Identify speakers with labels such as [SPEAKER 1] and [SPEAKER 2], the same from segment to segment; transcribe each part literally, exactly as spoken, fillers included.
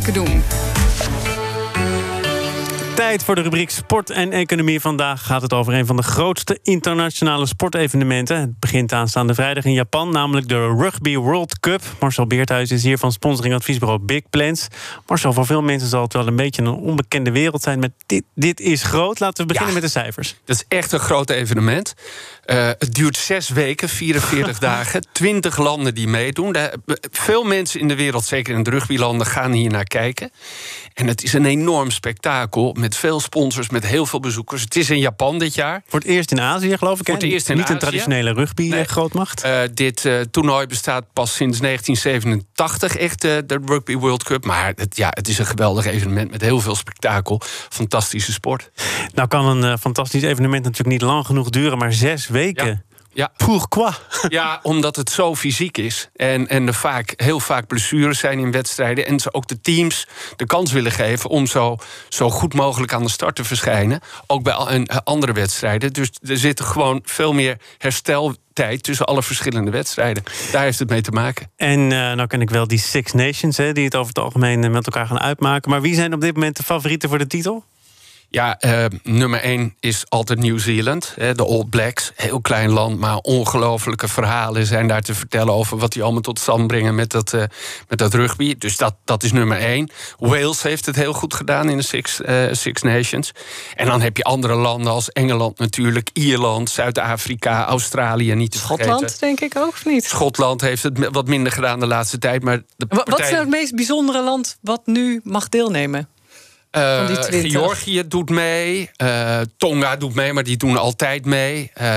[SPEAKER 1] zaken doen.
[SPEAKER 2] Tijd voor de rubriek Sport en Economie. Vandaag gaat het over een van de grootste internationale sportevenementen. Het begint aanstaande vrijdag in Japan, namelijk de Rugby World Cup. Marcel Beerthuis is hier van sponsoring adviesbureau Big Plans. Marcel, voor veel mensen zal het wel een beetje een onbekende wereld zijn, maar dit, dit is groot. Laten we beginnen ja, met de cijfers.
[SPEAKER 3] Dat is echt een groot evenement. Uh, het duurt zes weken, vierenveertig dagen, twintig landen die meedoen. De, veel mensen in de wereld, zeker in de rugbylanden, gaan hier naar kijken. En het is een enorm spektakel met veel sponsors, met heel veel bezoekers. Het is in Japan dit jaar.
[SPEAKER 2] Voor het eerst in Azië, geloof ik.
[SPEAKER 3] Voor het eerst in
[SPEAKER 2] Niet
[SPEAKER 3] Azië.
[SPEAKER 2] een traditionele rugby-grootmacht.
[SPEAKER 3] Nee. Uh, dit uh, toernooi bestaat pas sinds negentien zevenentachtig, echt uh, de Rugby World Cup. Maar het, ja, het is een geweldig evenement met heel veel spektakel. Fantastische sport.
[SPEAKER 2] Nou kan een uh, fantastisch evenement natuurlijk niet lang genoeg duren, maar zes weken.
[SPEAKER 3] Ja. Ja.
[SPEAKER 2] Pourquoi?
[SPEAKER 3] Ja, omdat het zo fysiek is. En, en er vaak, heel vaak blessures zijn in wedstrijden. En ze ook de teams de kans willen geven om zo, zo goed mogelijk aan de start te verschijnen. Ook bij andere wedstrijden. Dus er zit gewoon veel meer hersteltijd tussen alle verschillende wedstrijden. Daar heeft het mee te maken.
[SPEAKER 2] En uh, nou ken ik wel die Six Nations, hè, die het over het algemeen met elkaar gaan uitmaken. Maar wie zijn op dit moment de favorieten voor de titel?
[SPEAKER 3] Ja, uh, nummer één is altijd Nieuw-Zeeland. De All Blacks, heel klein land, maar ongelofelijke verhalen zijn daar te vertellen over wat die allemaal tot stand brengen met dat, uh, met dat rugby. Dus dat, dat is nummer één. Wales heeft het heel goed gedaan in de Six, uh, Six Nations. En dan heb je andere landen als Engeland natuurlijk, Ierland, Zuid-Afrika, Australië niet te vergeten.
[SPEAKER 1] Schotland, denk ik ook, of niet?
[SPEAKER 3] Schotland heeft het wat minder gedaan de laatste tijd. Maar de
[SPEAKER 1] partij... Wat is nou het
[SPEAKER 3] meest
[SPEAKER 1] meest bijzondere land wat nu mag deelnemen?
[SPEAKER 3] Uh, Georgië doet mee, uh, Tonga doet mee, maar die doen altijd mee. Uh,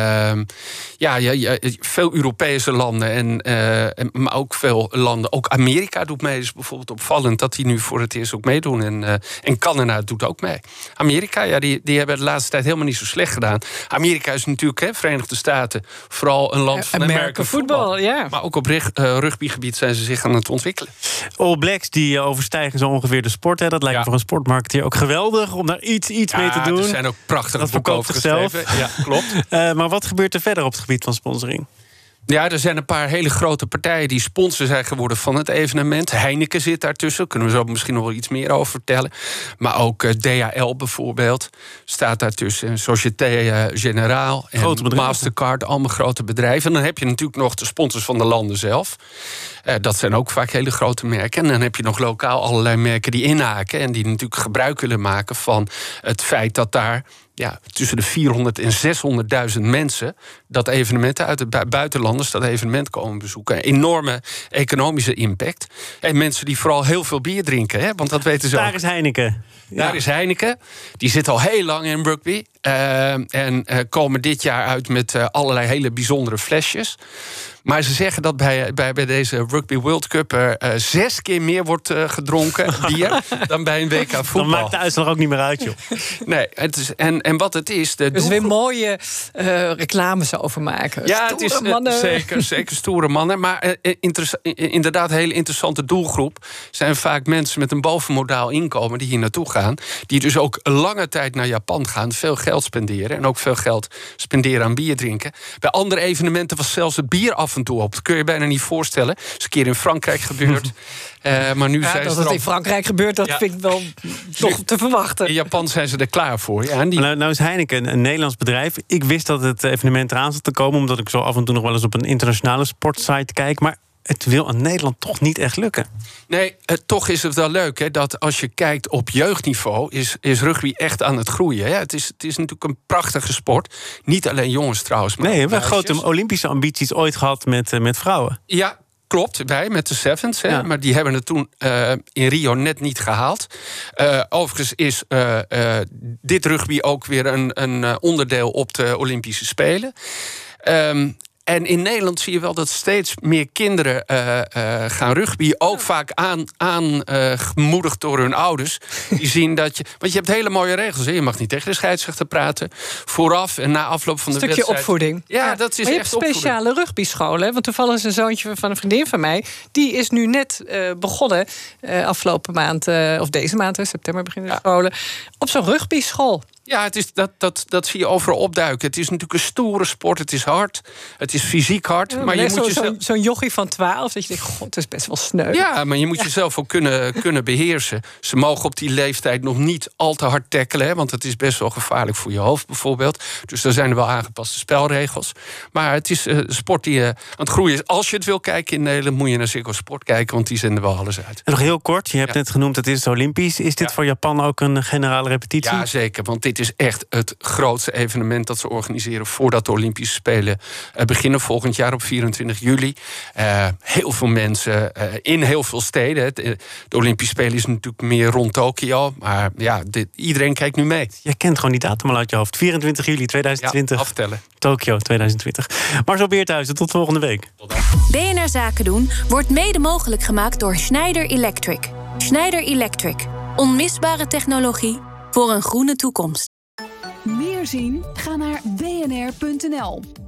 [SPEAKER 3] ja, ja, ja, veel Europese landen, en, uh, maar ook veel landen. Ook Amerika doet mee. Het is bijvoorbeeld opvallend dat die nu voor het eerst ook meedoen. En, uh, en Canada doet ook mee. Amerika, ja, die, die hebben de laatste tijd helemaal niet zo slecht gedaan. Amerika is natuurlijk, hè, Verenigde Staten, vooral een land van American voetbal.
[SPEAKER 1] Ja.
[SPEAKER 3] Maar ook op rug, uh, rugbygebied zijn ze zich aan het ontwikkelen.
[SPEAKER 2] All Blacks die overstijgen zo ongeveer de sport. Hè. Dat lijkt
[SPEAKER 3] ja.
[SPEAKER 2] voor een sportmarkt hier ook geweldig om daar iets, iets
[SPEAKER 3] ja,
[SPEAKER 2] mee te doen.
[SPEAKER 3] Er zijn ook prachtige
[SPEAKER 2] dat
[SPEAKER 3] boeken
[SPEAKER 2] verkoopt
[SPEAKER 3] over geschreven.
[SPEAKER 2] zichzelf.
[SPEAKER 3] Ja, klopt.
[SPEAKER 2] Uh, maar wat gebeurt er verder op het gebied van sponsoring?
[SPEAKER 3] Ja, er zijn een paar hele grote partijen die sponsor zijn geworden van het evenement. Heineken zit daartussen, daar kunnen we zo misschien nog wel iets meer over vertellen. Maar ook uh, D H L bijvoorbeeld staat daartussen. Société Générale en Mastercard, allemaal grote bedrijven. En dan heb je natuurlijk nog de sponsors van de landen zelf. Uh, dat zijn ook vaak hele grote merken. En dan heb je nog lokaal allerlei merken die inhaken en die natuurlijk gebruik willen maken van het feit dat daar ja, tussen de vierhonderd en zeshonderdduizend mensen dat evenement uit het buitenlanders dat evenement komen bezoeken. Een enorme economische impact. En mensen die vooral heel veel bier drinken, hè, want dat weten ze
[SPEAKER 2] Daar
[SPEAKER 3] ook.
[SPEAKER 2] is Heineken.
[SPEAKER 3] Daar ja. is Heineken. Die zit al heel lang in rugby. Uh, en uh, komen dit jaar uit met uh, allerlei hele bijzondere flesjes. Maar ze zeggen dat bij, bij, bij deze Rugby World Cup er uh, zes keer meer wordt uh, gedronken bier dan bij een W K voetbal.
[SPEAKER 2] Dan maakt de uitslag ook niet meer uit, joh.
[SPEAKER 3] Nee, het is, en, en wat het is... De
[SPEAKER 1] dus weer mooie uh, reclames over maken.
[SPEAKER 3] Ja,
[SPEAKER 1] stoere
[SPEAKER 3] het is
[SPEAKER 1] mannen.
[SPEAKER 3] Uh, zeker, zeker stoere mannen. Maar uh, inter- inderdaad een hele interessante doelgroep zijn vaak mensen met een bovenmodaal inkomen die hier naartoe gaan. Die dus ook lange tijd naar Japan gaan, veel geld spenderen. En ook veel geld spenderen aan bier drinken. Bij andere evenementen was zelfs het bier af en toe op. Dat kun je je bijna niet voorstellen. Dat is een keer in Frankrijk gebeurd. Uh, maar nu
[SPEAKER 1] ja,
[SPEAKER 3] zijn
[SPEAKER 1] dat
[SPEAKER 3] ze
[SPEAKER 1] het
[SPEAKER 3] er
[SPEAKER 1] in Frankrijk gebeurt, dat
[SPEAKER 3] ja.
[SPEAKER 1] vind ik wel toch te verwachten.
[SPEAKER 3] In Japan zijn ze er klaar voor. Ja, en die...
[SPEAKER 2] nou, nou is Heineken een, een Nederlands bedrijf. Ik wist dat het evenement eraan zat te komen, omdat ik zo af en toe nog wel eens op een internationale sportsite kijk. Maar het wil aan Nederland toch niet echt lukken.
[SPEAKER 3] Nee, uh, toch is het wel leuk, hè, dat als je kijkt op jeugdniveau is, is rugby echt aan het groeien. Hè. Het, is, het is natuurlijk een prachtige sport. Niet alleen jongens trouwens, maar
[SPEAKER 2] nee, we hebben
[SPEAKER 3] meisjes.
[SPEAKER 2] grote Olympische ambities ooit gehad met, uh, met vrouwen.
[SPEAKER 3] Ja, klopt, wij met de Sevens. Hè, ja. Maar die hebben het toen uh, in Rio net niet gehaald. Uh, overigens is uh, uh, dit rugby ook weer een, een onderdeel op de Olympische Spelen. Um, En in Nederland zie je wel dat steeds meer kinderen uh, uh, gaan rugby. Ook ja. vaak aangemoedigd uh, door hun ouders. Die zien dat je... Want je hebt hele mooie regels. Hè? Je mag niet tegen de scheidsrechter praten. Vooraf en na afloop van de
[SPEAKER 1] stukje
[SPEAKER 3] wedstrijd.
[SPEAKER 1] opvoeding.
[SPEAKER 3] Ja,
[SPEAKER 1] ja,
[SPEAKER 3] dat is
[SPEAKER 1] maar je
[SPEAKER 3] echt
[SPEAKER 1] hebt speciale rugbyscholen. Hè? Want toevallig is een zoontje van een vriendin van mij. Die is nu net uh, begonnen. Uh, afgelopen maand, uh, of deze maand, hè, september beginnen de ja. scholen. Op zo'n rugbyschool.
[SPEAKER 3] Ja, het is, dat, dat, dat zie je overal opduiken. Het is natuurlijk een stoere sport. Het is hard. Het is fysiek hard.
[SPEAKER 1] Ja,
[SPEAKER 3] maar je
[SPEAKER 1] zo,
[SPEAKER 3] moet jezelf...
[SPEAKER 1] Zo'n zo jochie van twaalf, dat je denkt, god, het is best wel sneu.
[SPEAKER 3] Ja, maar je moet ja. jezelf ook kunnen, kunnen beheersen. Ze mogen op die leeftijd nog niet al te hard tackelen, hè, want het is best wel gevaarlijk voor je hoofd bijvoorbeeld. Dus daar zijn er wel aangepaste spelregels. Maar het is een sport die uh, aan het groeien is. Als je het wil kijken in Nederland, moet je naar Ziggo Sport kijken, want die zenden wel alles uit.
[SPEAKER 2] En nog heel kort, je hebt ja. net genoemd, het is Olympisch. Is dit ja. voor Japan ook een generale repetitie?
[SPEAKER 3] Ja, zeker, want dit is echt het grootste evenement dat ze organiseren voordat de Olympische Spelen uh, beginnen volgend jaar op vierentwintig juli. Uh, heel veel mensen uh, in heel veel steden. De Olympische Spelen is natuurlijk meer rond Tokio, maar ja, dit, iedereen kijkt nu mee.
[SPEAKER 2] Je kent gewoon die datum al uit je hoofd. vierentwintig juli tweeduizend twintig.
[SPEAKER 3] Ja, aftellen.
[SPEAKER 2] Tokio tweeduizend twintig. Marcel Beerthuizen, tot volgende week.
[SPEAKER 4] B N R Zaken doen wordt mede mogelijk gemaakt door Schneider Electric. Schneider Electric. Onmisbare technologie voor een groene toekomst.
[SPEAKER 5] Meer zien? Ga naar b n r punt n l.